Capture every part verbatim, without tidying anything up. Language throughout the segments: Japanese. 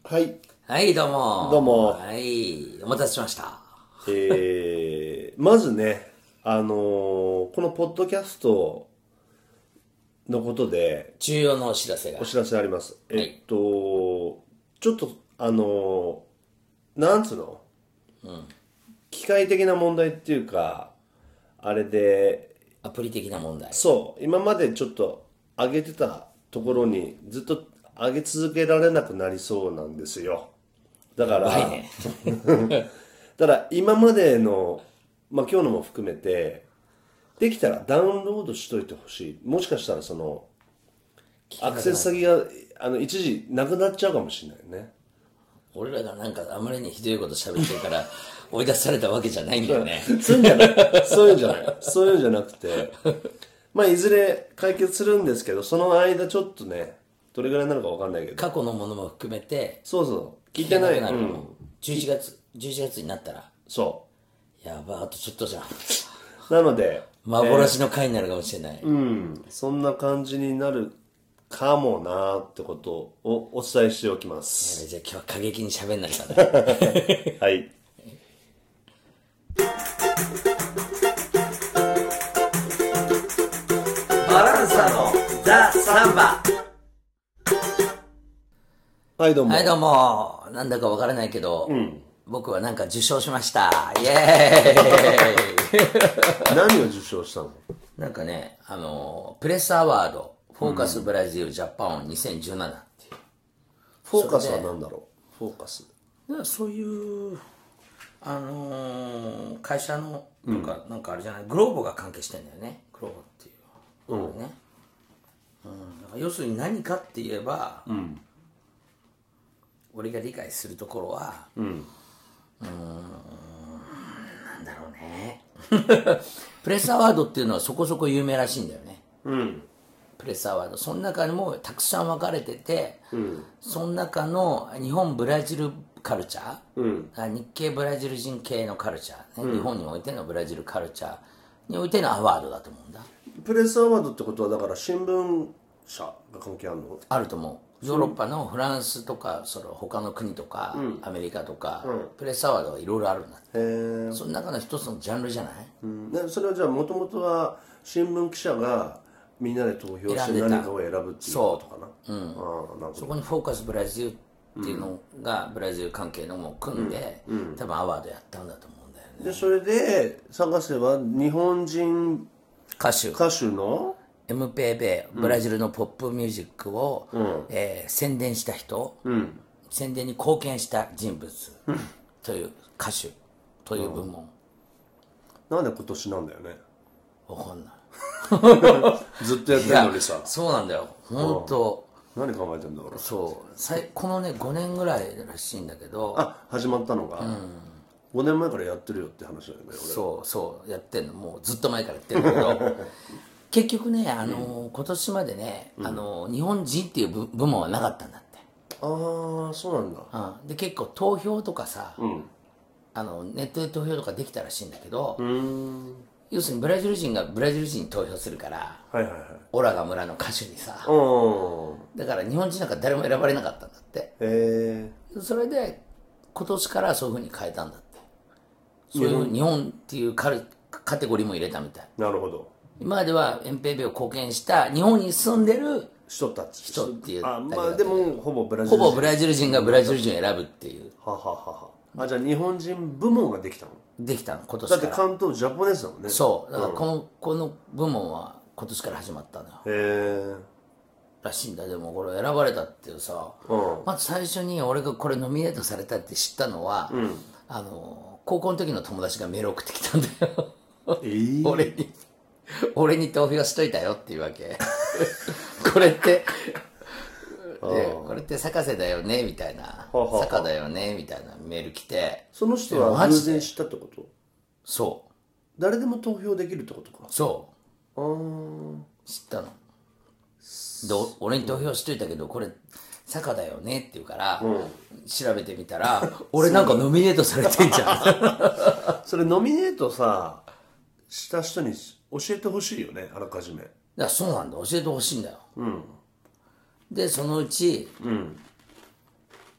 はい。 はい、どうも。 どうもはい、お待たせしました。 えー、まずね、あのーこのポッドキャストのことで重要なお知らせが。 お知らせあります。 はいえっと、ちょっと、あのーなんつうの、機械的な問題っていうか、あれで、 アプリ的な問題。 そう、今までちょっと上げてたところにずっと上げ続けられなくなりそうなんですよ。だかやばいら、 ね。 ただ今までの、まあ今日のも含めて、できたらダウンロードしといてほしい。もしかしたらその、アクセス先が、あの、一時なくなっちゃうかもしれないね。 俺らがなんかあまりにひどいこと喋ってるから追い出されたわけじゃないんだよね。 そういうんじゃない。そういうんじゃない。そういうんじゃなくて、まあいずれ解決するんですけど、その間ちょっとね、どれぐらいになるかわかんないけど。 過去のものも含めてそうそう。聞いてない。 聞けなくなるの、 うん。 じゅういちがつじゅういちがつになったらそやば、あとちょっとじゃん。 う。なので、 幻の回になるかもしれない、 うん、そんな感じになるかもなーってことをお伝えしておきます。 じゃあ今日は過激に喋んないからね。 はい。 バランサのザ・サンバ。 はいどうも。 はい、どうも。なんだかわからないけど、僕はなんか受賞しました。イエーイ何を受賞したの？ なんかね、あの、プレスアワード、フォーカスブラジルジャパンにせんじゅうななっていう。 フォーカスは何だろう？フォーカス。 そういう、あのー会社の、とか、なんかあれじゃない、グローボが関係してんだよね。グローボっていう。うん。ね。うん。だから要するに何かって言えば、俺が理解するところは、うん、うーん、なんだろうね。プレスアワードっていうのはそこそこ有名らしいんだよね。 うん。 プレスアワード。その中にもたくさん分かれてて、うん、その中の日本ブラジルカルチャー、うん、日系ブラジル人系のカルチャー、ね、うん、日本においてのブラジルカルチャーにおいてのアワードだと思うんだ。 プレスアワードってことはだから新聞社が関係あるの？あると思う。ヨーロッパのフランスとかその他の国とか、うん、アメリカとか、うん、プレスアワードはいろいろあるんだって。へその中の一つのジャンルじゃない？ うん、でそれはじゃあもともとは新聞記者がみんなで投票して何かを選ぶっていうことかな。 そう、うん、あなるほど。そこにフォーカスブラジルっていうのが、うん、ブラジル関係のも組んで、うんうん、多分アワードやったんだと思うんだよね。 でそれで探せば日本人歌手歌手のエムペーベー、ブラジルのポップミュージックを、うんえー、宣伝した人、うん、宣伝に貢献した人物という歌手という部門、 うん、なんで今年なんだよね。 わかんないずっとやってるのにさ。 そうなんだよ本当、 うん、何考えてんだろう。 そうこのねごねんぐらいらしいんだけど、 あ始まったのが、うん、ごねんまえからやってるよって話だよね。俺そうそうやってんのもうずっと前からやってるんだけど結局ね、あのーうん、今年までね、うん、あのー、日本人っていう部部門はなかったんだって。 ああそうなんだ、 うん、で結構投票とかさ、うん、あのネットで投票とかできたらしいんだけど、うん要するにブラジル人がブラジル人に投票するから、はいはいはい、オラが村の歌手にさ、だから日本人なんか誰も選ばれなかったんだって。へえ。それで今年からそういう風に変えたんだって。そういう日本っていうカルカテゴリーも入れたみたい。 なるほど。 今までは エムペーベー を貢献した日本に住んでる人たち人っていうだけだった。 あまあでもほぼブラジル人ほぼブラジル人がブラジル人を選ぶっていう。 ははははあじゃあ日本人部門ができたの？ できたの今年から。 だって関東ジャポネスだもんね。 そうだからこの、うん、この部門は今年から始まったのよ。へえ。らしいんだ。でもこれ選ばれたっていうさ、うん、まず最初に俺がこれノミネートされたって知ったのは、うん、あの高校の時の友達がメール送ってきたんだよ。えー、俺に俺に投票しといたよっていうわけ。これってでこれって坂瀬だよねみたいな、坂だよねみたいなメール来て、 その人は偶然知ったってこと？ そう誰でも投票できるってことか。 そうあ知ったので俺に投票しといたけどこれ坂だよねって言うから、うん、調べてみたら俺なんかノミネートされてんじゃん。 それノミネートさした人に教えてほしいよね、あらかじめ。いやそうなんだ、教えてほしいんだよ、うん、でそのうち、うん、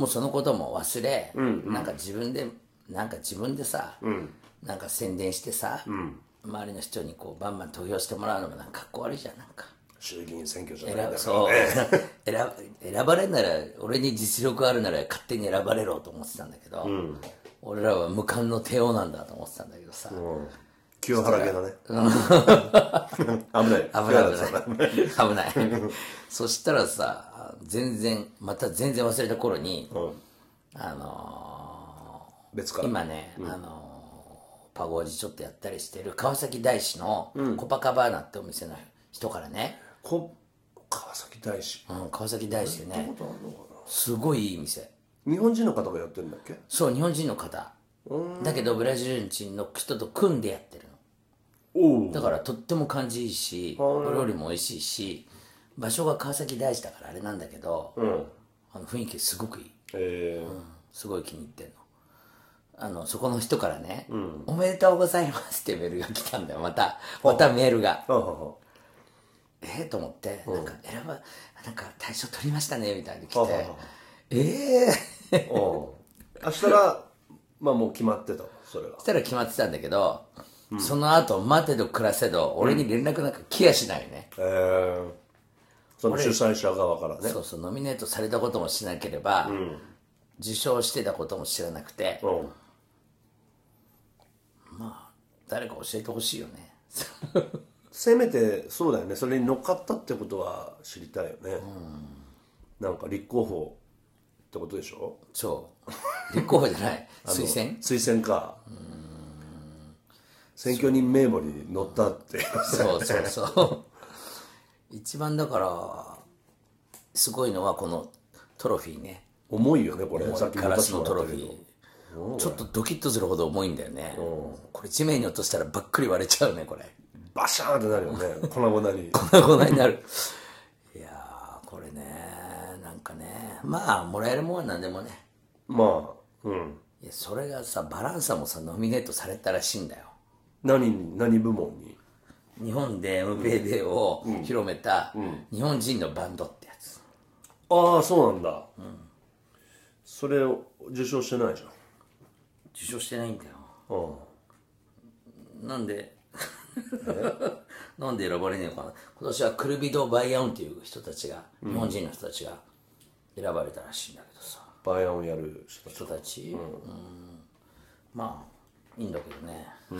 もうそのことも忘れ、うんうん、なんか自分でなんか自分でさ、うん、なんか宣伝してさ、うん、周りの人にこうバンバン投票してもらうのもなんかかっこ悪いじゃん。なんか衆議院選挙じゃないんだからね。 そう選, 選ばれんなら俺に実力あるなら勝手に選ばれろと思ってたんだけど、うん、俺らは無冠の帝王なんだと思ってたんだけどさ、うん、 清原家だね危ない危ない危ない危ないそしたらさ全然また全然忘れた頃に、うん、あのー、 別から今ね、うん、あのー、パゴージちょっとやったりしてる川崎大師のコパカバーナってお店の人からね、 こ川崎大師、 うん、川崎大師でねすごいいい店。 日本人の方がやってるんだっけ。 そう日本人の方だけどブラジル人の人と組んでやってるの。おだからとっても感じいいしお料理も美味しいし場所が川崎大師だからあれなんだけど、うん、あの雰囲気すごくいい、えーうん、すごい気に入ってんの。あのそこの人からね、うん、おめでとうございますってメールが来たんだよ。またまたメールがえーと思って、なんか選ばなんか大賞取りましたねみたいに来てええー明日がまあもう決まってたそれはそしたら決まってたんだけど、うん、その後待てど暮らせど俺に連絡なんか来やしないね、うん、えー、その主催者側からね。 そうそうノミネートされたこともしなければ、うん、受賞してたことも知らなくて、うん、まあ誰か教えてほしいよねせめてそうだよね。それに乗っかったってことは知りたいよね、うん、なんか立候補ってことでしょ。 そう立候補じゃない推薦推薦か。うん選挙人名簿に載ったってそうそうそう一番だからすごいのはこのトロフィーね。 重いよねこれ。 さっきガラスのトロフィーちょっとドキッとするほど重いんだよね。これ地面に落としたらばっくり割れちゃうねこれ。 バシャーってなるよね粉々に粉々になるいやーこれねなんかねまあもらえるもんは何でもねまあうんいやそれがさバランサもさノミネートされたらしいんだよ。 何何部門に。 日本で エムペーベー を広めた日本人のバンドってやつ、 うんうん、ああそうなんだ、うん、それを受賞してないじゃん。 受賞してないんだよ、うん、なんでなんで選ばれねえのかな。今年はクルビド・バイアウンっていう人たちが、うん、日本人の人たちが選ばれたらしいんだけどさ。 バイアウンやる人たち、うんうん、まあいいんだけどね、うん、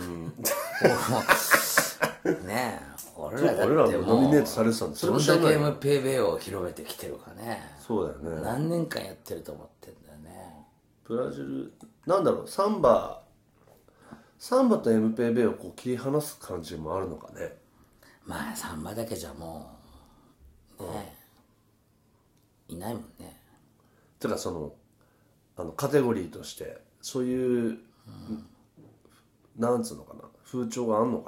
ねえ俺らだってもうノミネートされてたんですどんだけ エムペーベー を広めてきてるかね。 そうだよね。 何年間やってると思ってんだよね。 ブラジルなんだろうサンバサンバと エムペーベー をこう切り離す感じもあるのかね。 まあサンバだけじゃもうね、うん、いないもんね。 てかそのあのカテゴリーとしてそういう、うん、なんつうのかな風潮があんのか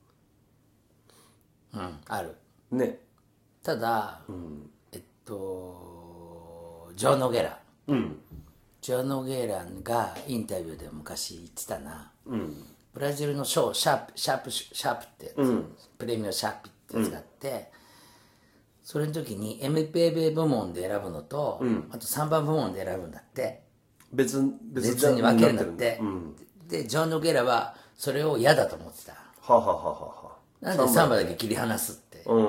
な。うんあるね。 ただ、うん、えっとジョー・ノゲラ、うん、ジョー・ノゲラがインタビューで昔言ってたな、うん、ブラジルの賞シャープシャープシャープってやつ、うん、プレミアシャープってやつがあって、うん、それの時に エムペーベー 部門で選ぶのと、うん、あとさんばん部門で選ぶんだって。 別別, 別に分けるんだって、うん、でジョン・ノゲラはそれを嫌だと思ってた。 はははははなんでサンバだけ切り離すって、うん、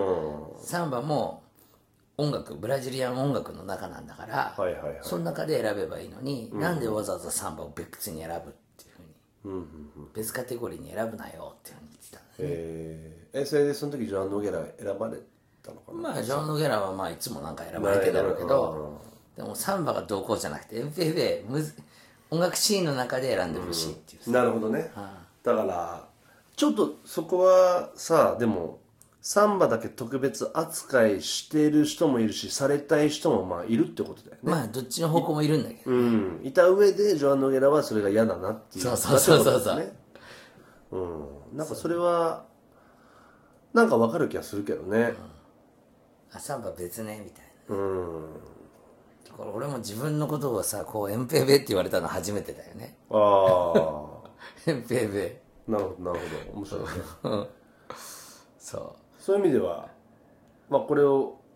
サンバも音楽ブラジリアン音楽の中なんだから、はいはいはい、その中で選べばいいのに、うん、なんでわざわざサンバを別に選ぶっていうふうに、うんうんうん、別カテゴリーに選ぶなよっていうふうに言ってた、ね、 えー、えそれでその時ジョン・ノゲラ選ばれたのかな。 まあジョン・ノゲラはまあいつもなんか選ばれてるだろうけど、でもサンバがどうこうじゃなくて エムペーベー むず音楽シーンの中で選んでほしいっていう、 うん、なるほどね、はあ、だからちょっとそこはさでもサンバだけ特別扱いしてる人もいるしされたい人もまあいるってことだよね。 まあどっちの方向もいるんだけど、 ね、うんいた上でジョアン・ノゲラはそれが嫌だなっていう。 そうそうそうそうそう、 うん、なんかそれはなんかわかる気がするけどね、うん、 あサンバ別ねみたいな、うんこれ俺も自分のことをさこうエムペーベーって言われたの初めてだよね。ああエムペーベーなるほどなるほど面白いねそうそういう意味では、まあ、これを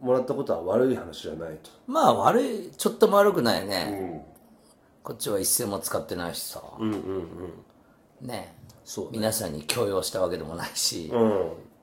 もらったことは悪い話じゃないと。 まあ悪い、ちょっとも悪くないね、うん、こっちは一銭も使ってないしさ、うんうんうん、ねそうね、皆さんに強要したわけでもないし、うん、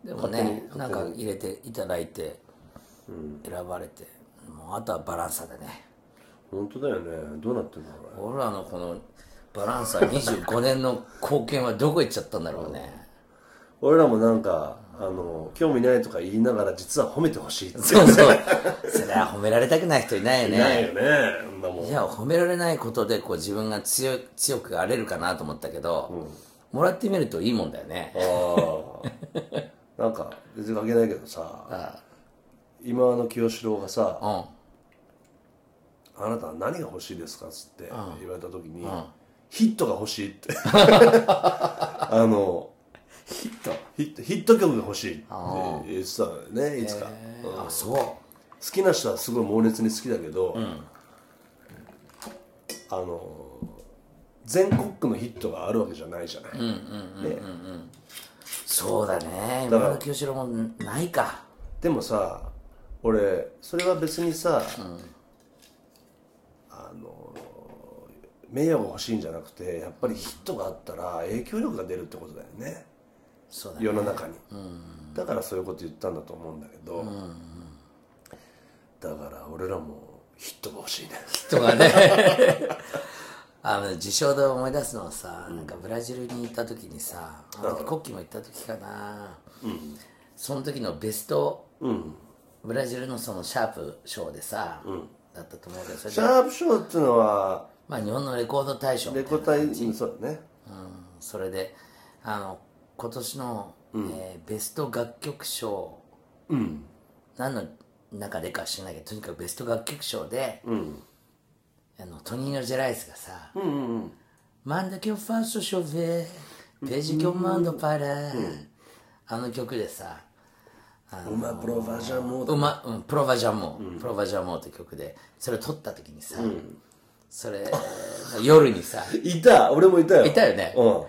でもねなんか入れていただいて、うん、選ばれて、もうあとはバランサでね。 本当だよね。どうなってんだろう。俺らのこのバランサにじゅうごねんの貢献はどこ行っちゃったんだろうね、 うん、俺らもなんかあの興味ないとか言いながら実は褒めてほしいって。 そうそう。それは褒められたくない人いないよね。 いないよね。そんなもん。 いや褒められないことでこう自分が強強くあれるかなと思ったけど、うん、もらってみるといいもんだよね。 ああ。なんか別に関係ないけどさ、ああ今の清志郎がさ、うん、あなたは何が欲しいですかっつって言われた時に、うん、ヒットが欲しいってあのヒットヒットヒット曲が欲しいって言ってたのよね、いつか、 えーうん、あそう好きな人はすごい猛烈に好きだけど、うん、あの全国区のヒットがあるわけじゃないじゃない。 そうだね。今の清志郎もないか。 でもさ俺それは別にさ、うん、あの名誉が欲しいんじゃなくてやっぱりヒットがあったら影響力が出るってことだよね。 そうだね、 世の中に、うん、だからそういうこと言ったんだと思うんだけど、うん、だから俺らもヒットが欲しいね。 ヒットがねあの受賞で思い出すのはさ、うん、なんかブラジルに行った時にさ、あの時国旗も行った時かな、うん、その時のベスト、うんブラジルのそのシャープ賞でさ、うん、だったと思うけど、それシャープ賞っていうのはまあ日本のレコード大賞みたいな感じ。レコード大賞、そうだね、 うん、それであの今年の、うんえー、ベスト楽曲賞、うん、何の中でか知らないけどとにかくベスト楽曲賞で、うん、あのトニーノ・ジェライスがさ「マンダケオファーストショヴェページキョマンドパラ」あの曲でさうまプロバジャモーうま、うん、プロバジャモー、うん、プロバジャモーって曲でそれを撮った時にさ、うん、それ夜にさいた俺もいたよいたよね、うん、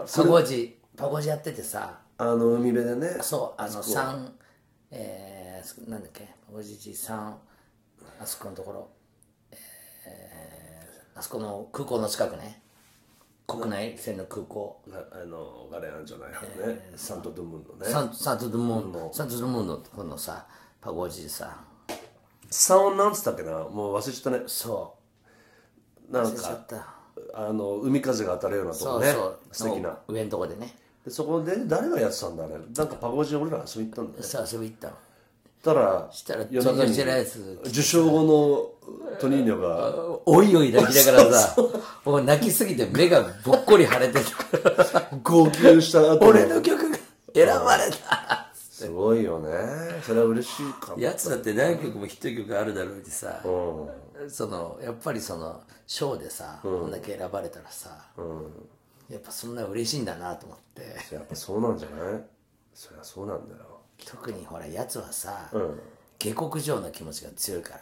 パゴジパゴジやっててさあの海辺でねそうあの三えー、なんだっけパゴジじさんあそこのところ、えー、あそこの空港の近くね国内線の空港あのガレアンじゃないよね、えー、サントドゥムンドねサン、サントドゥムンドサントドゥムンドこのさパゴジさサ音なんつったっけなもう忘れちゃったね。 そうなんかあの海風が当たるようなとこね。そうそう素敵な上のとこでねでそこで誰がやってたんだあれなんかパゴジ俺ら遊び行ったんだよね。 さあ遊び行ったのたらしたら夜中に受賞後のトニーニョがおいおい泣きながらさもう泣きすぎて目がぼっこり腫れてた号泣した後俺の曲が選ばれたすごいよね。それは嬉しいかも。 やつだって何曲もヒット曲あるだろうにさ、うん、そのやっぱりそのショーでさ、うん、こんだけ選ばれたらさ、うん、やっぱそんな嬉しいんだなと思ってやっぱそうなんじゃない。そりゃそうなんだよ。 特にほらやつはさ、うん、下克上の気持ちが強いから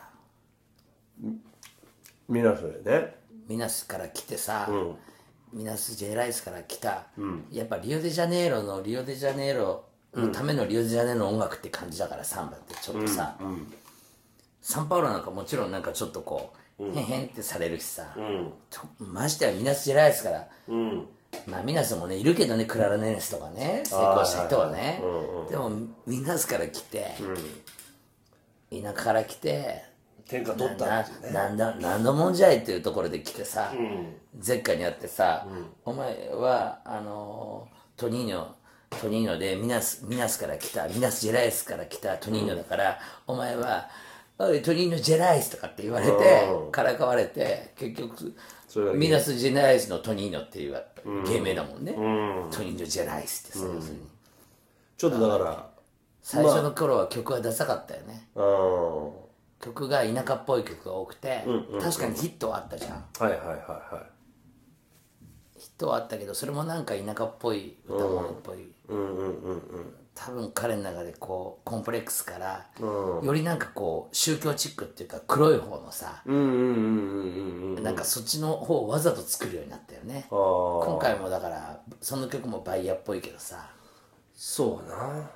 ミナスでねミナスから来てさ、うん、ミナスジェライスから来た、うん、やっぱリオデジャネイロのリオデジャネイロのためのリオデジャネイロの音楽って感じだからサンバってちょっとさ、うんうん、サンパウロなんかもちろんなんかちょっとこう、うん、へんへんってされるしさ、うん、ましてやミナスジェライスから、うんまあミナスもねいるけどねクララネネスとかね成功した人はね、うんうん、でもミナスから来て、うん、田舎から来て天下取ったっていうねなんだ何のもんじゃいっていうところで来てさ、うん、ゼッカにあってさ、うん、お前はあのトニーニョトニーニョでミナスミナスから来たミナスジェライスから来たトニーニョだから、うん、お前はおいトニーニョジェライスとかって言われて、うん、からかわれて結局ミナスジェライスのトニーニョっていう芸名だもんね、うん、トニーニョジェライスってさ、うん、 ちょっとだから最初の頃は曲はダサかったよね、まあ、曲が田舎っぽい曲が多くて、うんうんうん、確かにヒットはあったじゃんはいはいはいはいヒットはあったけどそれもなんか田舎っぽい歌物っぽい、うんうんうんうん、多分彼の中でこうコンプレックスから、うん、よりなんかこう宗教チックっていうか黒い方のさなんかそっちの方をわざと作るようになったよね今回もだからその曲もバイヤーっぽいけどさそうな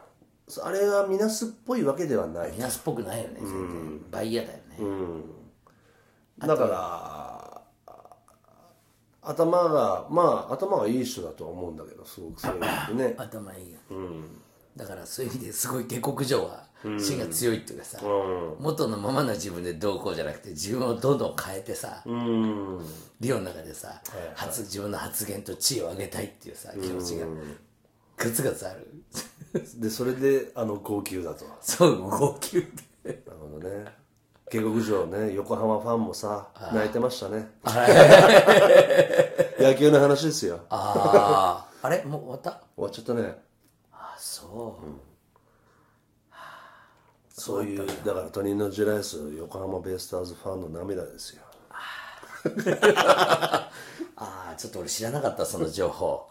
あれはミナスっぽいわけではない。 ミナスっぽくないよね全然、バイヤーだよね、うん、 だから頭がまあ頭がいい人だとは思うんだけど、すごくそういうのね頭いいよ、うん、だからそういう意味ですごい下克上は芯が強いっていうかさ、うん、元のままの自分でどうこうじゃなくて自分をどんどん変えてさ、うん、リオの中でさ、はいはい、発自分の発言と地位を上げたいっていうさ気持ちがガツガツあるでそれであの号泣だと。 そう号泣でなるほどね。下克上ね、横浜ファンもさ泣いてましたね野球の話ですよ。 あああれもう終わった？ 終わっちゃったね。 ああそう、うん、 そういうだからトニーノ・ジュライス横浜ベイスターズファンの涙ですよああちょっと俺知らなかったその情報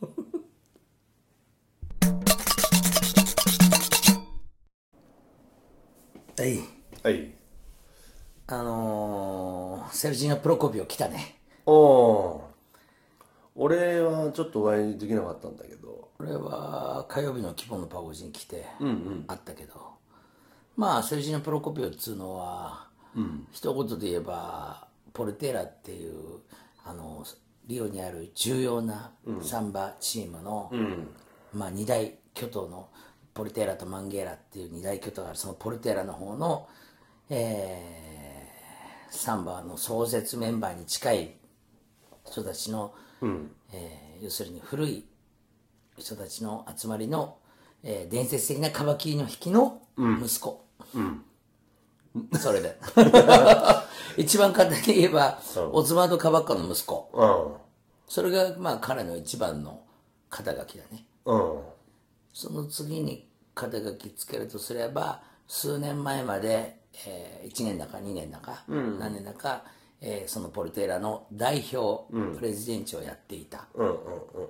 はいはいあのー、セルジーノ・プロコピオ来たね。 おお俺はちょっとお会いできなかったんだけど、 俺は火曜日の希望のパゴジに来て、うんうん、あったけど、まあセルジーノ・プロコピオっつうのは、うん、一言で言えばポルテーラっていうあのリオにある重要なサンバチームの、うん、まあ二大巨頭のポルテーラとマンゲーラっていう二大巨頭があるそのポルテーラの方の、えー、サンバの創設メンバーに近い人たちの、うんえー、要するに古い人たちの集まりの、えー、伝説的なカバキリの引きの息子、うんうん、それで一番簡単に言えば、うん、オズマード・カバッカの息子、うん、それがまあ彼の一番の肩書きだね、うん、その次に肩書きつけるとすれば数年前まで、えー、いちねんだかにねんだか、うん、何年だか、えー、そのポルテーラの代表、うん、プレジデンチをやっていた、うんうんうん、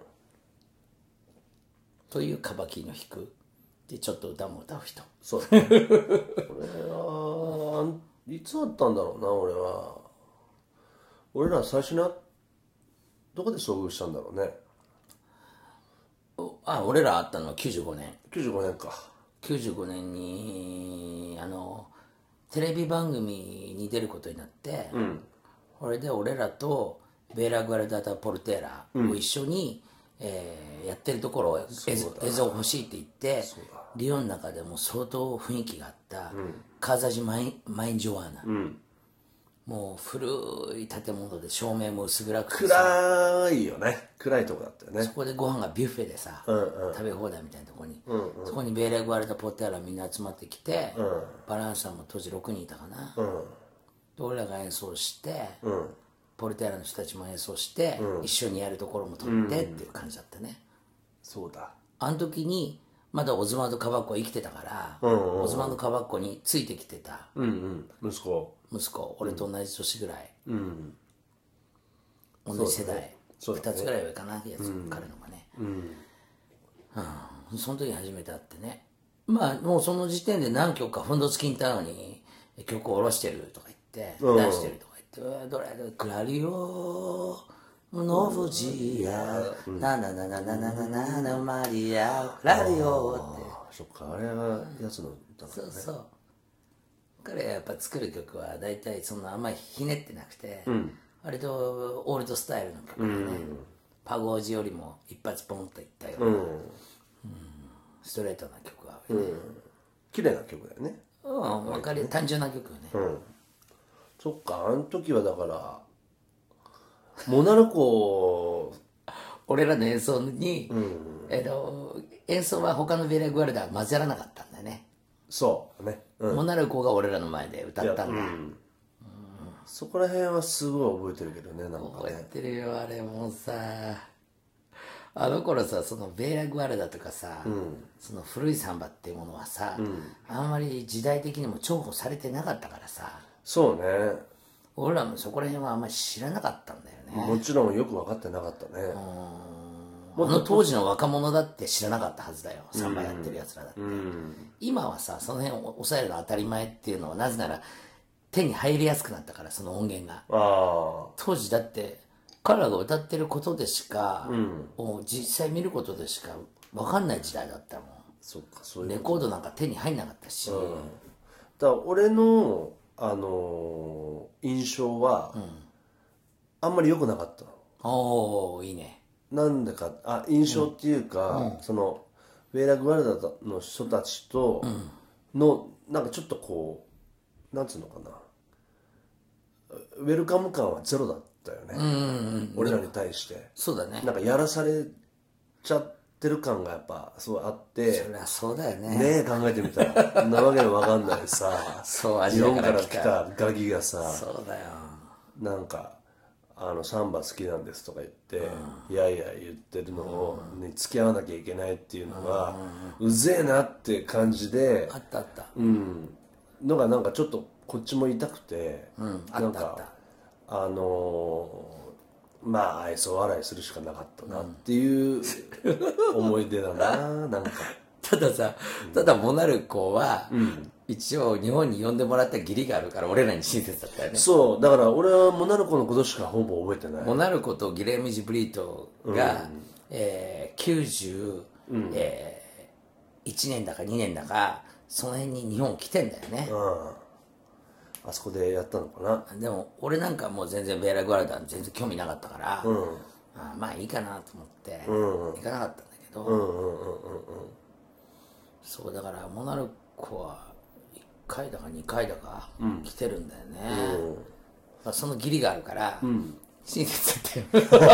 というカバキリの弾くでちょっと歌も歌う人。 そうこれはいつあったんだろうな。俺は俺ら最初にどこで遭遇したんだろうね。 あ俺ら会ったのはきゅうじゅうごねんきゅうじゅうごねんか。 きゅうじゅうごねんにあのテレビ番組に出ることになって、うん、これで俺らとベーラ・グアルダタ・ポルテーラを一緒に、うんえー、やってるところを映像欲しいって言ってリオの中でも相当雰囲気があった、うん、カーザジマイン・マインジョアーナ、うん、もう古い建物で照明も薄暗くて暗いよね。暗いとこだったよね。 そこでご飯がビュッフェでさ、うんうん、食べ放題みたいなとこに、うんうん、そこにベーラ・グアルダ・ポルテーラみんな集まってきて、うん、バランサーも当時ろくにんいたかな、うん、で俺らが演奏して、うんポルテーラの人たちも演奏して、うん、一緒にやるところも撮ってっていう感じだったね、うん、 そうだ。 あの時にまだオズマンド・カバッコは生きてたから、うんうんうん、オズマンド・カバッコについてきてた、 うんうん、息子息子俺と同じ年ぐらい、うん、同じ世代、ね、ふたつぐらい上かなやつ、うん、彼のがね、うんうん、その時に初めて会ってねまあもうその時点で何曲かフンドスキンタウンに曲を下ろしてるとか言って、うん、出してるとかどれクラリオノブジアナナナナナナナナナマリアクラリオってそっかあれはやつの歌だね。そうそう彼がやっぱ作る曲は大体そんなあんまりひねってなくて、うん、割とオールドスタイルの曲でね、うん、パゴージよりも一発ポンといったような、うんうん、ストレートな曲が多いね、うん、 綺麗な曲だよね。 うん分かり単純な曲よね、うんそっかあの時はだからモナルコ俺らの演奏に、うんえー、と演奏は他のベーラ・グアルダは混ぜらなかったんだよね。 そうね、 うん、モナルコが俺らの前で歌ったんだ、うんうん、 そこら辺はすごい覚えてるけどね。なんかね覚えてるよあれもさあの頃さそのベーラ・グアルダとかさ、うん、その古いサンバっていうものはさ、うん、あんまり時代的にも重宝されてなかったからさそうね俺らもそこら辺はあんまり知らなかったんだよね。 もちろんよく分かってなかったね。 あの当時の若者だって知らなかったはずだよサンバやってるやつらだって、うん、今はさその辺を抑えるの当たり前っていうのはなぜなら手に入りやすくなったからその音源があ当時だって彼らが歌ってることでしか、うん、を実際見ることでしか分かんない時代だったもん。 そっか、そういうレコードなんか手に入んなかったし、うん、 だから俺の、あのー、印象は、うん、あんまり良くなかったの。 おおいいね。 なんでか、あ、印象っていうか、うん、そのウェイラ・グワルダの人たちとの、うん、なんかちょっとこうなんつうのかな、ウェルカム感はゼロだったよね、うんうんうん、俺らに対して。 そうだね。 なんかやらされちゃってる感がやっぱすごいあって。 そりゃそうだよね。 ねえ、考えてみたらそんなわけでわかんないさそう、アジアから来た日本から来たガキがさ、 そうだよ、 なんかあのサンバ好きなんですとか言って、うん、いやいや言ってるのを、ね、付き合わなきゃいけないっていうのが、うん、うぜえなって感じで、 あったあった、 うん、のがなんかちょっとこっちも痛くて、 うん、 なんかあのー、まあ愛想笑いするしかなかったなっていう思い出だな。なんかたださ、ただモナルコは、うん、一応日本に呼んでもらった義理があるから俺らに親切だったよね。 そうだから俺はモナルコのことしかほぼ覚えてない。 モナルコとギレーム・ジブリートが、うん、えー、きゅうじゅういちねんだかにねんだかその辺に日本来てんだよね、うん、 あそこでやったのかな。 でも俺なんかもう全然ベーラ・グアルダン全然興味なかったから、うん、あまあいいかなと思って、うん、行かなかったんだけど、うんうんうんうん、そうだからモナルコはいっかいだかにかいだか来てるんだよね、うん、まあ、その義理があるから、うん、親切だった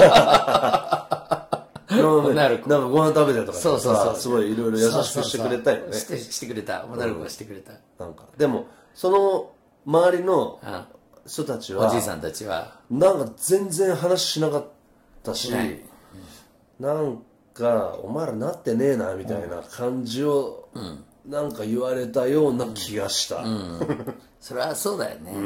よモナルコなんかご飯食べてとかそうそうそう、 すごいいろいろ優しくしてくれたよね。 してしてくれた、モナルコはしてくれた、うん、 なんかでもその周りの人たちは、 おじいさんたちはなんか全然話しなかったし、うん、なんかお前らなってねえなみたいな感じを、うん、なんか言われたような気がした、うんうん、 それはそうだよね、うん、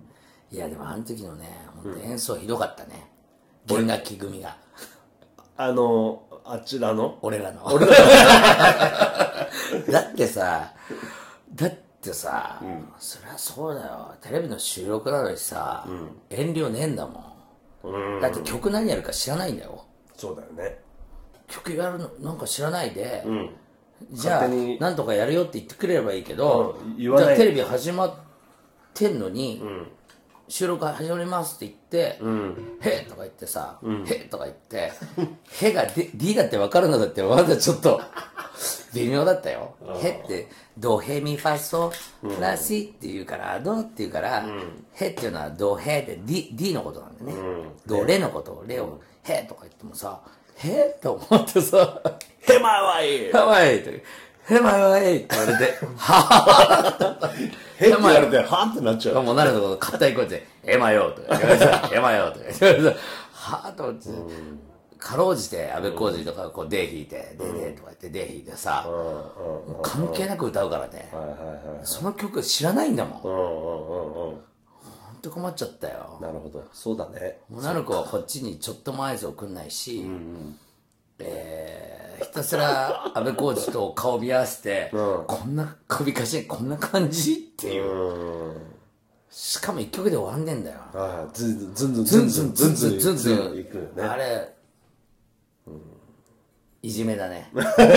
いやでもあの時のね本当演奏ひどかったね、弦楽器組があのあちらの俺らの俺らだってさだってさ、うん、そりゃそうだよ、テレビの収録なのにさ、うん、遠慮ねえんだもん、んだって曲何やるか知らないんだよ。 そうだよね、 曲やるのなんか知らないで、うん、じゃあなんとかやるよって言ってくれればいいけど、うん、言わない、じゃあテレビ始まってんのに、うん、収録始まりますって言って「うん、へ」とか言ってさ「うん、へ」とか言って「へ」が D だって分かるのだってまだちょっと微妙だったよ。へってドヘミファソラシって言うからドって言うから、うん、へっていうのはドヘで D, D のことなんだよね、うん、ドレのことをレをへとか言ってもさへと思ってさへまわいへまいってへまわいって言われてはぁへって言われてはぁってなっちゃう。 もうなるとこ硬い声でへまよとか言われてへまよとか言われてはぁと思って、うん、かろうじて安倍浩二とかこうデー弾いて、デーデーとか言ってデー弾いてさ、関係なく歌うからね、その曲知らないんだもん、ほんと困っちゃったよ。 なるほど、そうだね。 モナルコはこっちにちょっとも合図を送んないし、うんうん、えー、ひたすら安倍浩二と顔見合わせて、うん、こんな首かしこんな感じっていう、うん、しかも一曲で終わんねんだよ。 ああ、ずんずんずんずんずんずんずんずんずんいくよね。 あれ、うん、いじめだね。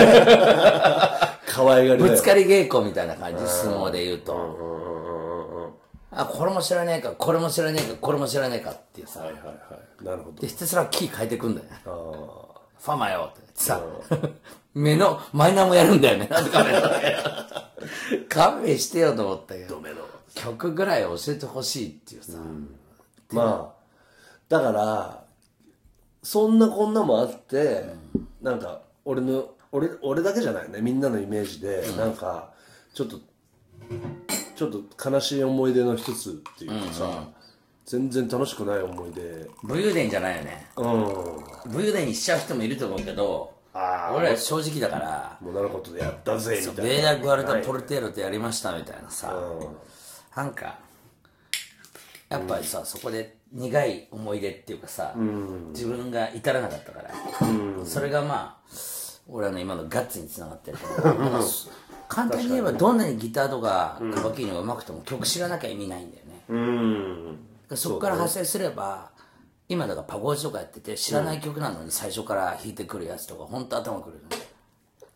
可愛がりだよ。 ぶつかり稽古みたいな感じ、相撲で言うと。あ、これも知らねえか、これも知らねえか、これも知らねえかっていうさ。はいはいはい。なるほど。で、ひたすらキー変えてくんだよ。あファマよってさ、目の、マイナーもやるんだよね。なんでカメラ勘弁してよと思ったけど。曲ぐらい教えてほしいっていうさ。うん、 まあ、だから、そんなこんなもあって、うん、なんか、俺の、俺、俺だけじゃないね。みんなのイメージで、うん、なんか、ちょっと、ちょっと悲しい思い出の一つっていうかさ、うんうん、全然楽しくない思い出。 武勇伝じゃないよね。うん。武勇伝にしちゃう人もいると思うけど、あ俺は正直だから、 もうなることでやったぜみたいな。 ベーラ・グアルタ・ポルテーロとやりましたみたいなさ、うん、なんか、やっぱりさ、うん、そこで苦い思い出っていうかさ、うん、自分が至らなかったから、うん、それがまあ、俺の今のガッツにつながってるけど、簡単に言えばどんなにギターとかカバキーノが上手くても曲知らなきゃ意味ないんだよね、うん、そこから派生すれば、今だからパゴージとかやってて知らない曲なのに最初から弾いてくるやつとか本当頭くるよね。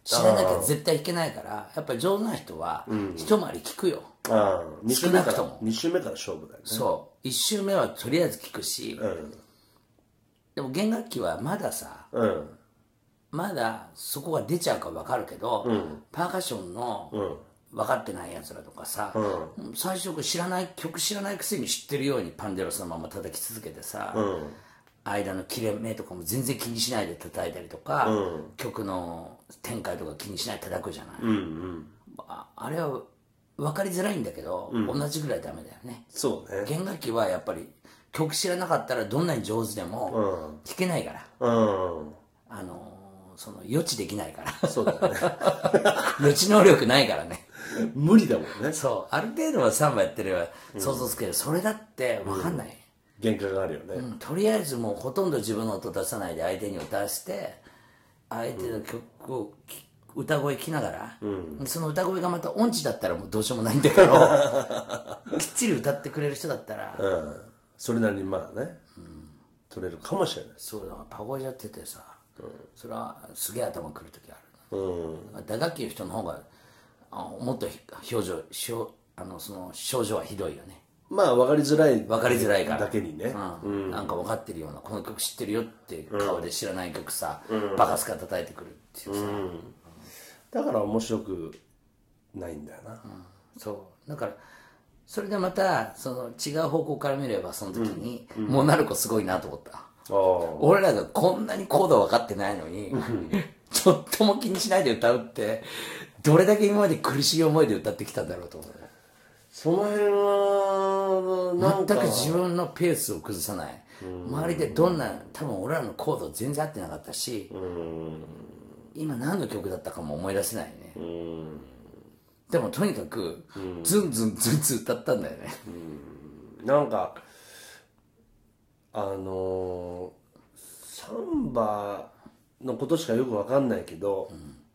知らなきゃ絶対弾けないから、やっぱり上手な人は一回り聞くよ、 ああに周少目からなくともに周目から勝負だよね。 そういち周目はとりあえず聞くし、 うんでも弦楽器はまださ、 うんまだそこが出ちゃうか分かるけど、 うんパーカッションの分かってないやつらとかさ、 うん最初知らない曲知らないくせに知ってるようにパンデロそのまま叩き続けてさ、 うん間の切れ目とかも全然気にしないで叩いたりとか、 うん曲の展開とか気にしないで叩くじゃない、 うんうんああれは分かりづらいんだけど、同じぐらいダメだよね。 そうね。 弦楽器はやっぱり曲知らなかったらどんなに上手でも弾けないから、 うんあのその予知できないからそうだよね。 予知能力ないからね。 無理だもんね。 そうある程度はサンバやってれば想像つける、それだって分かんない、 限界があるよね、 うんとりあえずもうほとんど自分の音出さないで相手に歌わせて相手の曲をき歌声聞きながら、その歌声がまた音痴だったらもうどうしようもないんだけどきっちり歌ってくれる人だったら、 うんそれなりにまだね、取れるかもしれない。 そうだパゴイやっててさ、それはすげえ頭くる時ある、 うん打楽器の人の方があもっと表情しょあのその症状はひどいよね。 まあ分かりづらい分かりづらいからだけにね、 うんなんか分かってるようなこの曲知ってるよって顔で知らない曲さ、バカスカ叩いてくるっていうさ、 だから面白くないんだよな、 そうだからそれでまたその違う方向から見ればその時に、モナルコすごいなと思った。俺らがこんなにコード分かってないのにちょっとも気にしないで歌うってどれだけ今まで苦しい思いで歌ってきたんだろうと思う。 その辺はなんか全く自分のペースを崩さない、周りでどんな多分俺らのコード全然合ってなかったし、今何の曲だったかも思い出せないね。でもとにかくズンズンズンズン歌ったんだよね。 なんかあのー、サンバのことしかよく分かんないけど、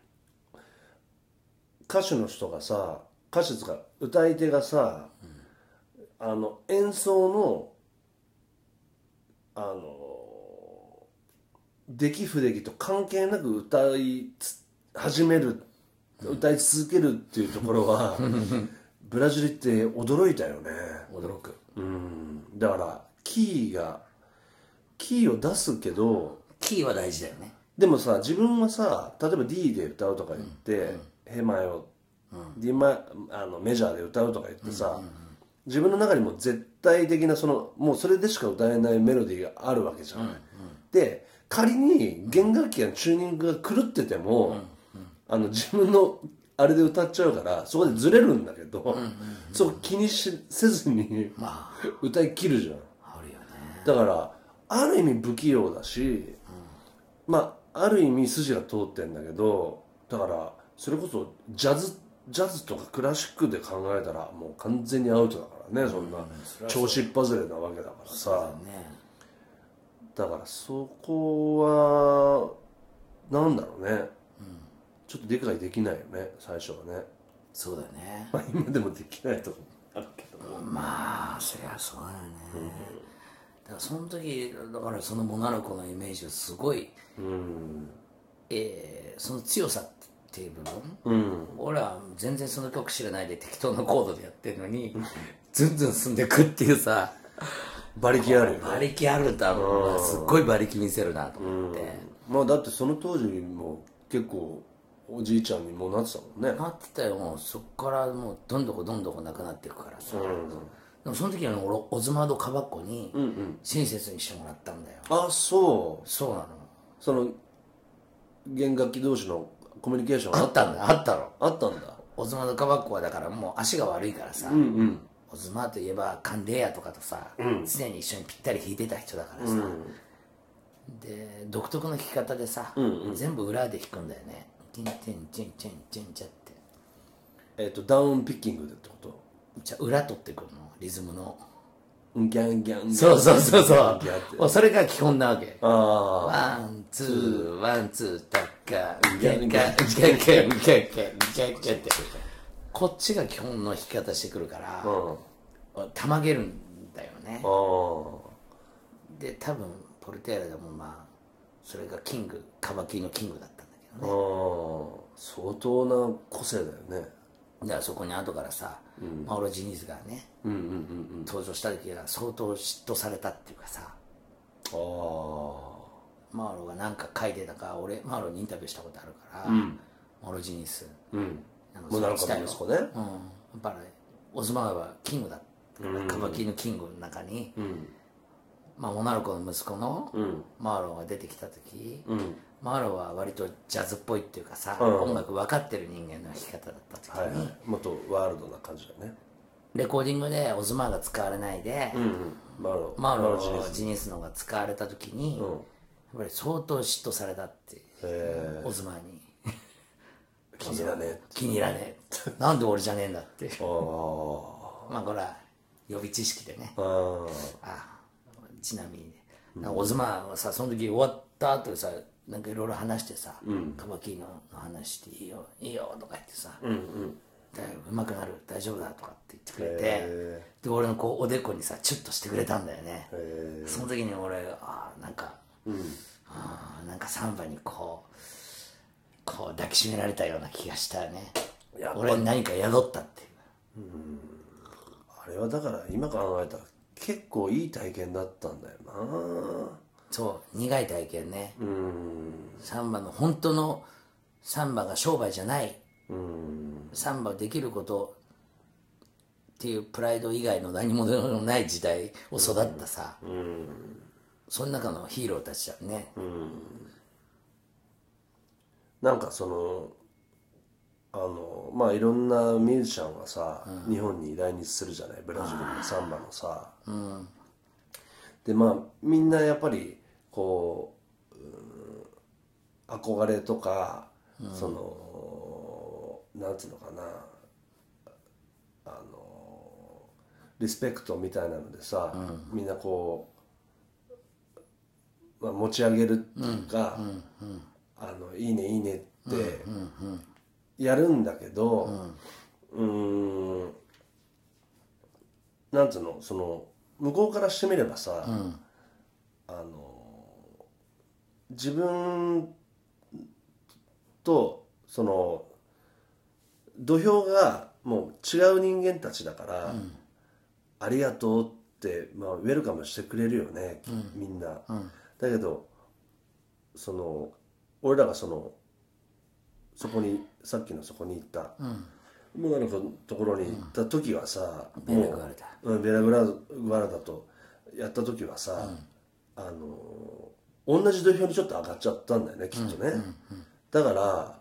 歌手の人がさ歌手とか歌い手がさ、うん、あの演奏のあの出来不出来と関係なく歌い始める、うん、歌い続けるっていうところはブラジルって驚いたよね。 驚く、 うん、だからキーがキーを出すけどキーは大事だよね。 でもさ自分はさ例えば D で歌うとか言って、うん、ヘマヨディマあのメジャーで歌うとか言ってさ、自分の中にも絶対的なそのもうそれでしか歌えないメロディーがあるわけじゃない、うんうん、で仮に弦楽器のチューニングが狂ってても、うんうん、あの自分のあれで歌っちゃうからそこでずれるんだけど、うんうんうん、そこ気にしせずに、まあ、歌い切るじゃん。 あるよね。 だからある意味不器用だし、うん、まあある意味筋が通ってんだけど、だからそれこそジャズジャズとかクラシックで考えたらもう完全にアウトだからね、そんな調子っ外れなわけだからさ、だからそこはなんだろうね、うん、ちょっと理解できないよね最初はね。 そうだね、 まあ今でもできないとこあるけど、 まあそりゃそうだよね、うん、だからその時だからそのモナルコのイメージはすごい、うんえー、その強さっていう部分、うん、俺は全然その曲知らないで適当なコードでやってるのにずんずん進んでくっていうさ、 馬力あるよね。 馬力あるんだろうな、すっごい馬力見せるなと思って、 うん、まあだってその当時も結構おじいちゃんにもなってたもんね。 なってたよ。もうそっからもうどんどこどんどこなくなっていくからさ、うん、でもその時は俺オズマード・カバッコに親切にしてもらったんだよ、 うんうん、あそうそうなの。その弦楽器同士のコミュニケーションあったんだ。あったろ。 あったんだ。 オズマード・カバッコはだからもう足が悪いからさ、うんうん、オズマーといえばカンデーヤとかとさ、うん、常に一緒にぴったり弾いてた人だからさ、うん、で独特の弾き方でさ、うんうん、全部裏で弾くんだよね。チンチンチンチンチンチンってえっ、ー、とダウンピッキングでってこと？ じゃあ裏取ってくるのリズムのギャンギャンギャン、 そうそうそうそうもうそれが基本なわけ。 ああワンツーワンツータッカーギャンギャンギャンギャンギャンギャンギャンギャンってこっちが基本の弾き方してくるから、うん、たまげるんだよね。で多分ポルテーラでもまあそれがキングカバキのキングだったんだけどね。 相当な個性だよね。 だからそこに後からさ、うん、マオロ・ジニーズがね、うんうんうんうん、登場した時は相当嫉妬されたっていうかさ、あマオロが何か書いてたか、俺マオロにインタビューしたことあるから、うん、マオロ・ジニーズ、うん、なんかそういうしたよ、息子ね、うん、やっぱりオズマーはキングだったから、カバキのキングの中に、うん、まあ、モナルコの息子のマーロが出てきた時、うん、マーロは割とジャズっぽいっていうかさ、うん、音楽分かってる人間の弾き方だった時に、はいはい、 もっとワールドな感じだね。 レコーディングでオズマーが使われないで、うんうん、マーロマーロジニスのが使われた時に、うん、やっぱり相当嫉妬されたってオズマーに気に入らねえ気に入らねえなんで俺じゃねえんだってまあこれは予備知識でねああちなみにね、うん、オズマーはさその時終わった後でさなんかいろいろ話してさ、うん、カバキーノの話していいよいいよとか言ってさ、うんうん、うまくなる大丈夫だとかって言ってくれてで俺のこうおでこにさチュッとしてくれたんだよね。その時に俺あなんか、うん、あなんかサンバにこうこう抱きしめられたような気がしたよね。俺に何か宿ったっていう、うん、 あれはだから今考えたら結構いい体験だったんだよな。 そう苦い体験ね。うんサンバの本当のサンバが商売じゃない、うんサンバできることっていうプライド以外の何ものない時代を育ったさ、うんうん、その中のヒーローたちだよね。うんなんかそのあのまあいろんなミュージシャンがさ、うん、日本に来日するじゃないブラジルのサンバのさ、うん、でまあみんなやっぱりこう、うん、憧れとか、うん、そのなんていうのかなあのリスペクトみたいなのでさ、うん、みんなこう、まあ、持ち上げるっていうか、うんうんうん、あのいいねいいねってやるんだけど、うん、うーんなんていうのその向こうからしてみればさ、うん、あの自分とその土俵がもう違う人間たちだから、うん、ありがとうって、まあ、ウェルカムしてくれるよね、うん、みんな、うん、だけどその俺らがそのそこにさっきのそこに行った、うん、モナルコのところに行った時はさ、うん、もう、うん、ベラグラグアラダとやった時はさ、うん、あの同じ土俵にちょっと上がっちゃったんだよねきっとね、うんうんうん、だから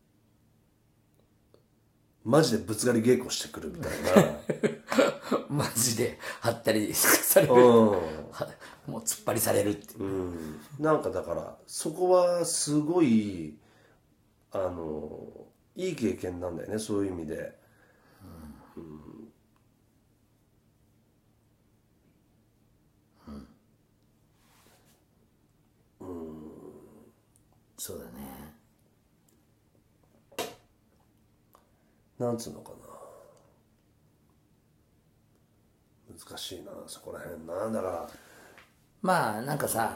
マジでぶつかり稽古してくるみたいなマジではったりされる、うん、もう突っ張りされるって、うん、 なんかだからそこはすごいあのいい経験なんだよねそういう意味で、うんうんうん、そうだねなんつうのかな難しいなそこら辺なだからまあなんかさ、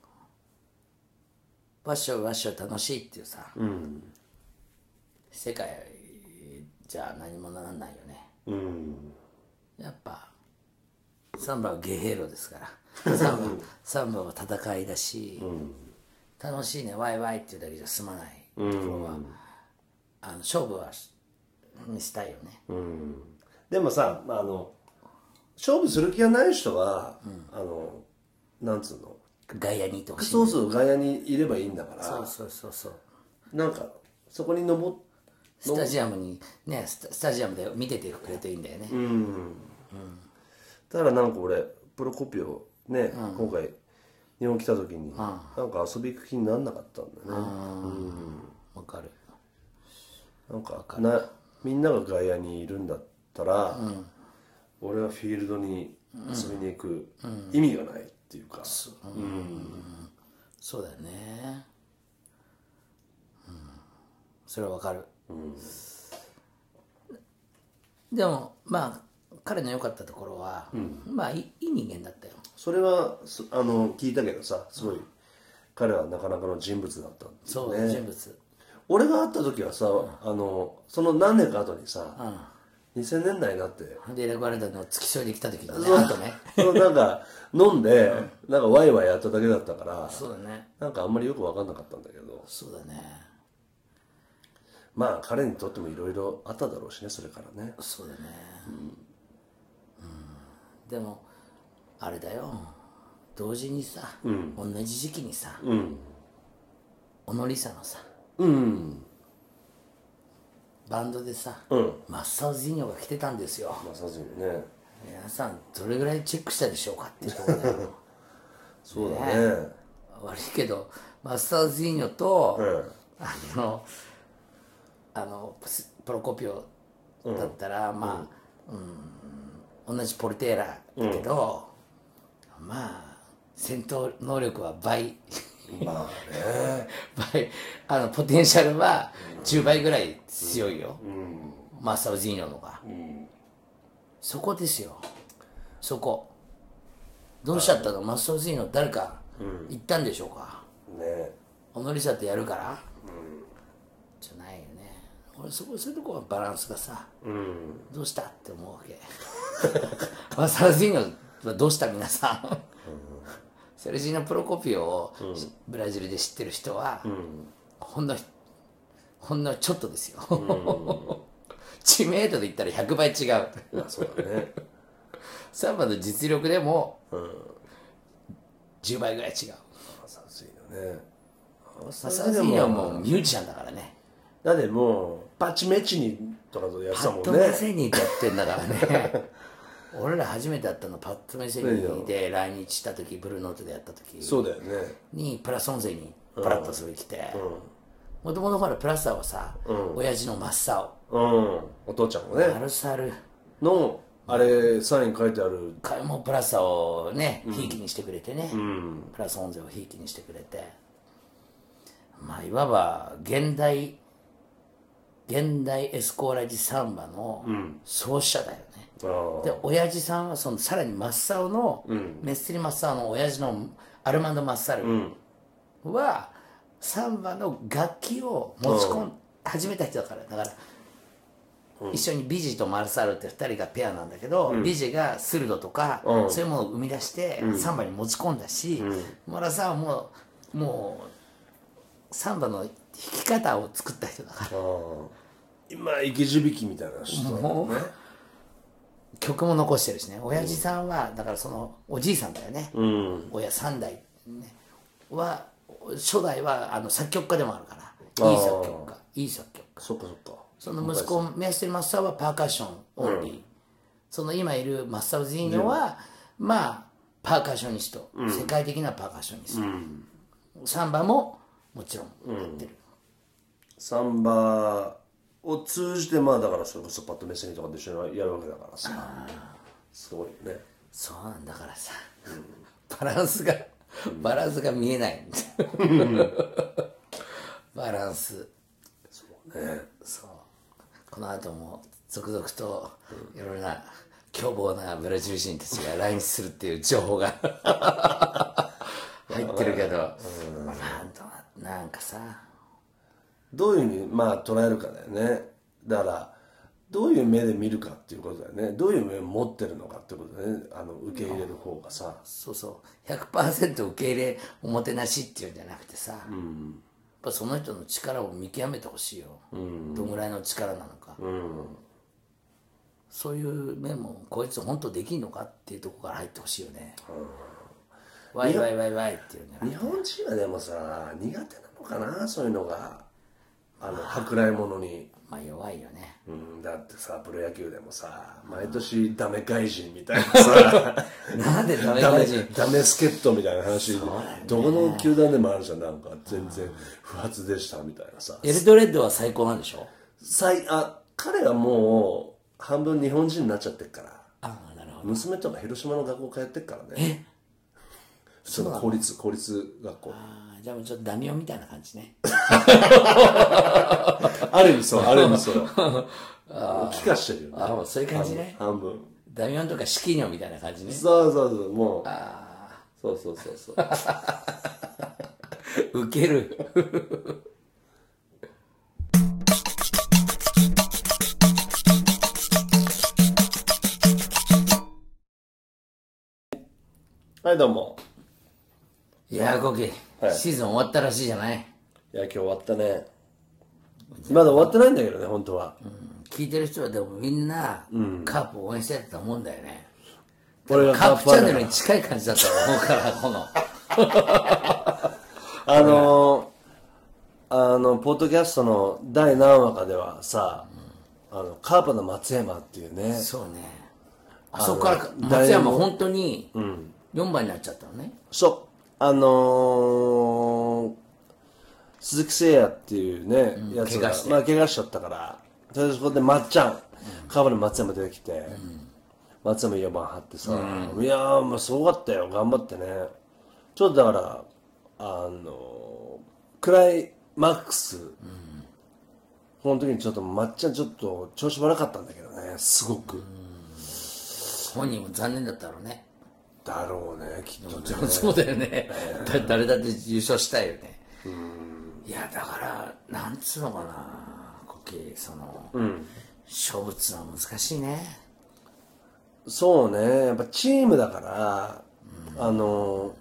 うん、わっしょいわっしょい楽しいっていうさ、うん、世界じゃ何もならないよね、うん、やっぱサンバはゲヘロですからサンバサンバは戦いだし、うん、楽しいねワイワイっていうだけじゃ済まないところは、うん、あの勝負は見せたいよね、 うん、でもさあの勝負する気がない人は、うん、あのなんつうの外野にいてほしい、ね、 そうそう外野にいればいいんだからそうそうそうそうなんかそこに登っスタジアムにねスタジアムで見ててくれるといいんだよね、うんうん、 だからなんか俺プロコピオね、うん、今回日本来た時に、うん、なんか遊び行く気にならなかったんだよねわ、うん、かるなんかなみんなが外野にいるんだったら、うん、俺はフィールドに遊びに行く意味がないっていうか、うんうん、 そうだよね、うん、それはわかる、うん、でもまあ彼の良かったところは、うん、まあいい、いい人間だったよ。 それはあの聞いたけどさすごい、うん、彼はなかなかの人物だったんですね。 そう人物俺が会った時はさ、あのその何年か後にさ、にせんねんだいになってで選ばれたの付き添いで来た時にね、あとねそうなんか飲んで、なんかワイワイやっただけだったから、 そうだね、 なんかあんまりよく分かんなかったんだけど、 そうだね、 まあ彼にとってもいろいろあっただろうしね、それからね。 そうだね、うんうん、でもあれだよ、同時にさ、うん、同じ時期にさ、うん、小野梨沙のさ、うん、バンドでさ、うん、マッサオジーニョが来てたんですよ。 マッサオジーニョね、 皆さんどれぐらいチェックしたでしょうかっていうところだよそうだね、ね、 悪いけどマッサオジーニョと、うん、あのあのプロコピオだったら、うん、まあ、うん、同じポルテーラだけど、うん、まあ戦闘能力は倍まあね倍、あのポテンシャルはじゅうばいぐらい強いよ、うん、マッサオジーニョのが、うん、そこですよ、そこどうしちゃったの、マッサオジーニョ誰か言ったんでしょうか、うん、ね、小野梨沙ってやるから、うん、じゃないよね。俺そこそういうとこはバランスがさ、うん、どうしたって思うわけマッサオジーニョはどうした皆さん、うん、セルジーノ・プロコピオを、うん、ブラジルで知ってる人は、うん、ほんのほんのちょっとですよ、うん、知名度で言ったらひゃくばい違うそうだねサンバの実力でも、うん、じゅうばいぐらい違う。 マサジーノね、 マサジーノはもうミュージシャンだからね。 だってもうパチメチニとかとやってたもんね。 パッドメセニーってやってんだからね俺ら初めて会ったのパッドメセニーで来日した時、ブルーノートでやった時そうだよねにプラソンゼにプラッとそれ来て、もともとほらプラッサーはさ、うん、親父の真っ青、うん、 お父ちゃんもねマルサルのあれサイン書いてあるもうプラッサーをねひいきにしてくれてね、うん、プラスオンゼをひいきにしてくれて、まあいわば現代現代エスコーラジサンバの創始者だよね、うん、で親父さんはそのさらにマッサオの、うん、メッセリマッサオの親父のアルマンド・マッサルは、うん、サンバの楽器を持ち込ん、始めた人だからだから、うん、一緒にビジとマルサルってふたりがペアなんだけど、うん、ビジがスルドとか、うん、そういうものを生み出して、うん、サンバに持ち込んだし、うん、マラサはもうもうサンバの弾き方を作った人だから今生き字引みたいな人だもんね。 曲も残してるしね。親父さんはだからそのおじいさんだよね、うん、親さんだい、ね、は初代はあの作曲家でもあるからいい作曲家いい作曲家。 そっかそっか。 その息子メッセル・マッサーはパーカッションオンリー、うん、その今いるマッサウジーニョは、うん、まあパーカッショニスト、うん、世界的なパーカッショニスト、うん、サンバももちろんやってる、 サンバを通じてまあだからそれこそパッドメッセニとかで一緒にやるわけだからさ、すごいよね。 そうなんだからさ、バランスがバランスが見えないバランスそうね。 そうこの後も続々といろいろな凶暴なブラジル人たちが来日するっていう情報が入ってるけど、うん、まあなんかさどういうふうにまあ捉えるかだよね。だからどういう目で見るかっていうことだよね。どういう目を持ってるのかってことだね。あの受け入れる方がさ、 そうそう ひゃくパーセント 受け入れおもてなしっていうんじゃなくてさ、うん、やっぱその人の力を見極めてほしいよ、うん、どんぐらいの力なのか、うん、そういう面もこいつ本当できんのかっていうところから入ってほしいよね、うん、ワイワイワイワイっていうんじゃなくて。 日本人はでもさ苦手なのかなそういうのが。あの舶来物にまあ弱いよね、 うん、だってさプロ野球でもさ毎年ダメ外人みたいなさなんでダメ外人ダメ助っ人みたいな話、ね、どこの球団でもあるじゃん。なんか全然不発でしたみたいなさ。 エルドレッドは最高なんでしょ。 最あ彼はもう半分日本人になっちゃってるから。 ああなるほど。 娘とか広島の学校通ってるからね。え普通の公立公立学校。 あじゃあもうちょっとダミオみたいな感じねある意味そうある意味そう気化してるよね。 ああそういう感じね。 半分ダミオンとかシキニョみたいな感じね。 そうそうそうもうああそうそうそうそうウケるはいどうも。 いやーコキ、 はい、 シーズン終わったらしいじゃない。 いや今日終わったね。まだ終わってないんだけどね本当は、 うん、聞いてる人はでもみんな、うん、カープを応援してると思うんだよね。 俺がカープチャンネルに近い感じだったと思うからこのあのー、あのポッドキャストの第何話かではさ、うん、あのカープの松山っていうね。 そうね。あそこから松山本当によんばんになっちゃったのね。 そうあのー、鈴木誠也っていうね、うん、やつがまあ怪我しちゃったからそれでそこでまっちゃん、うん、カープの松山出てきて、うん、松山よんばん張ってさ、うん、いやーもうすごかったよ頑張ってね。ちょっとだからあのクライマックス、うん、この時にちょっとまっちゃんちょっと調子悪かったんだけどねすごく、うん、 本人も残念だったろうね。 だろうねきっとね。そうだよね、えー、だ誰だって優勝したいよね。うん、いやだからなんつうのかなコキその、うん、勝負っつうのは難しいね。 そうねやっぱチームだから、うん、あの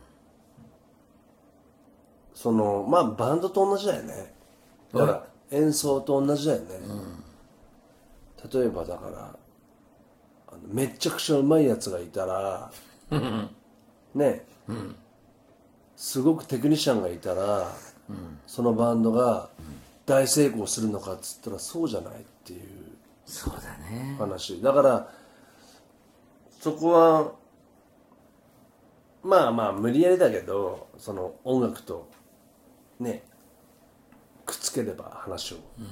そのまあバンドと同じだよね。だから演奏と同じだよね、うん、例えばだからあのめちゃくちゃうまいやつがいたらね、うん、すごくテクニシャンがいたら、うん、そのバンドが大成功するのかっつったらそうじゃないっていうそうだね話だからそこはまあまあ無理やりだけどその音楽とねくっつければ話を、うん、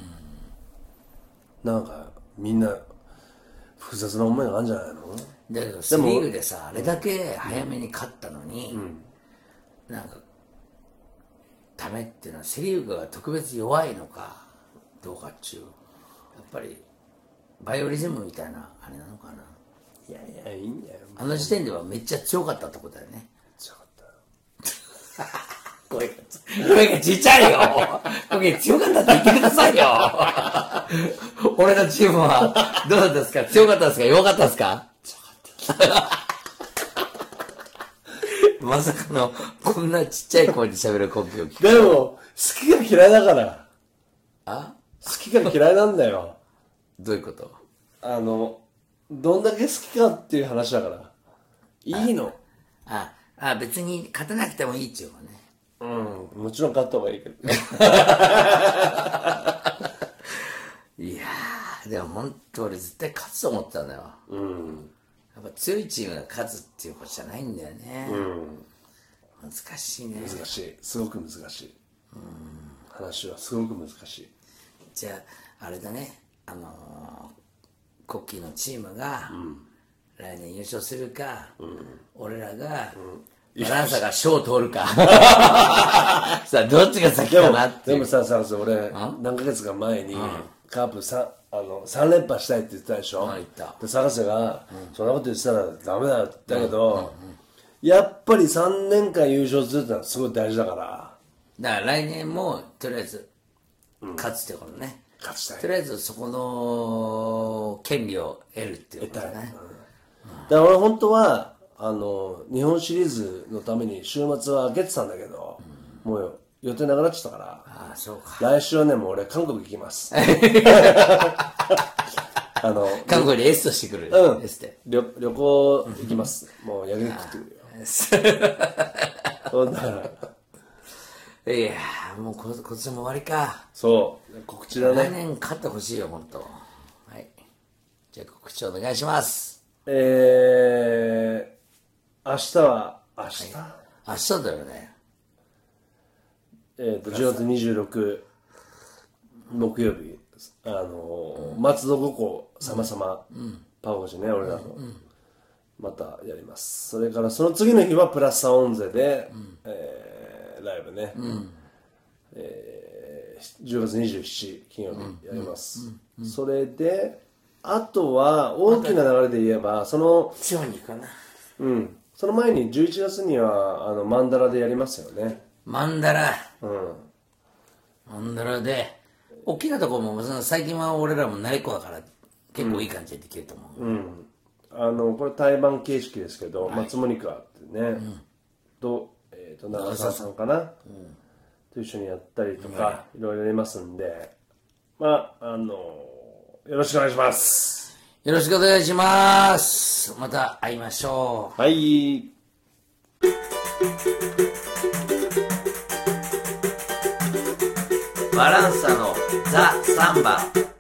なんかみんな複雑な思いがあるんじゃないの。 だけどセ・リーグでさあれだけ早めに勝ったのに、うん、なんかためっていうのはセ・リーグが特別弱いのかどうかっちゅうやっぱりバイオリズムみたいなあれなのかな。 いやいやいいんだよあの時点ではめっちゃ強かったってことだよね。 強かった声が声がちっちゃいよ声強かったって言ってくださいよ俺のチームはどうだったですか。強かったですか弱かったですか。強かったまさかのこんなちっちゃい声で喋るコンビを聞く。 でも好きが嫌いだから。 あ好きが嫌いなんだよどういうこと。 あのどんだけ好きかっていう話だからいいの。 あああ別に勝たなくてもいいっちゅうかね。 うんもちろん勝った方がいいけどいやーでも本当俺絶対勝つと思ってたんだよ。うんやっぱ強いチームが勝つっていうことじゃないんだよね。うん難しいね。 難しいすごく難しい、うん、話はすごく難しい。 じゃああれだねあのー、コッキーのチームが、うん、来年優勝するか、うん、俺らが、うん、バランサが賞を取るかさあどっちが先かなっていう。 でもささ俺何ヶ月か前に、うん、カープさあのさん連覇したいって言ってたでしょ。 言ったで坂瀬が、うん、そんなこと言ってたらダメだって言ったけど、うんうんうん、やっぱりさんねんかん優勝するってのはすごい大事だから。 だから来年もとりあえず勝つってことね、 うん、勝ちたい。 とりあえずそこの権利を得るっていうことね、うん、だから俺本当はあの日本シリーズのために週末は開けてたんだけど、うん、もう予定なくなっちゃったから。 ああそうか。 来週はねもう俺韓国行きますあの韓国にエスとしてくる、 うん、 エスで旅, 旅行行きます、うん、もう焼肉食ってくるよそうだいやーもうこ今年も終わりか。 そう告知だね。 来年勝ってほしいよ本当。はいじゃあ告知お願いします。 えー、明日は明日、はい、 明日だよね。 えーとじゅうがつにじゅうろく木曜日あのーうん、松戸五湖さまさまパフォージね、俺らの、うん、またやります。それからその次の日はプラスサオンゼで、うんえー、ライブね、うんえー、じゅうがつにじゅうしち金曜日やります、うんうんうん、それであとは大きな流れで言えばその地方に行くかな。 うんその前にじゅういちがつにはあのマンダラでやりますよね。 マンダラうんマンダラで大きなところも最近は俺らも慣れっこだから結構いい感じでできると思う、 うんうん、 あのこれ対バン形式ですけど、はい、松森川ってね、うん、と、えー、と長澤さんかな、うん、と一緒にやったりとか、うん、いろいろやりますんで、まああのよろしくお願いします。 よろしくお願いします。また会いましょう。 はい。 バランサのザ・サンバ。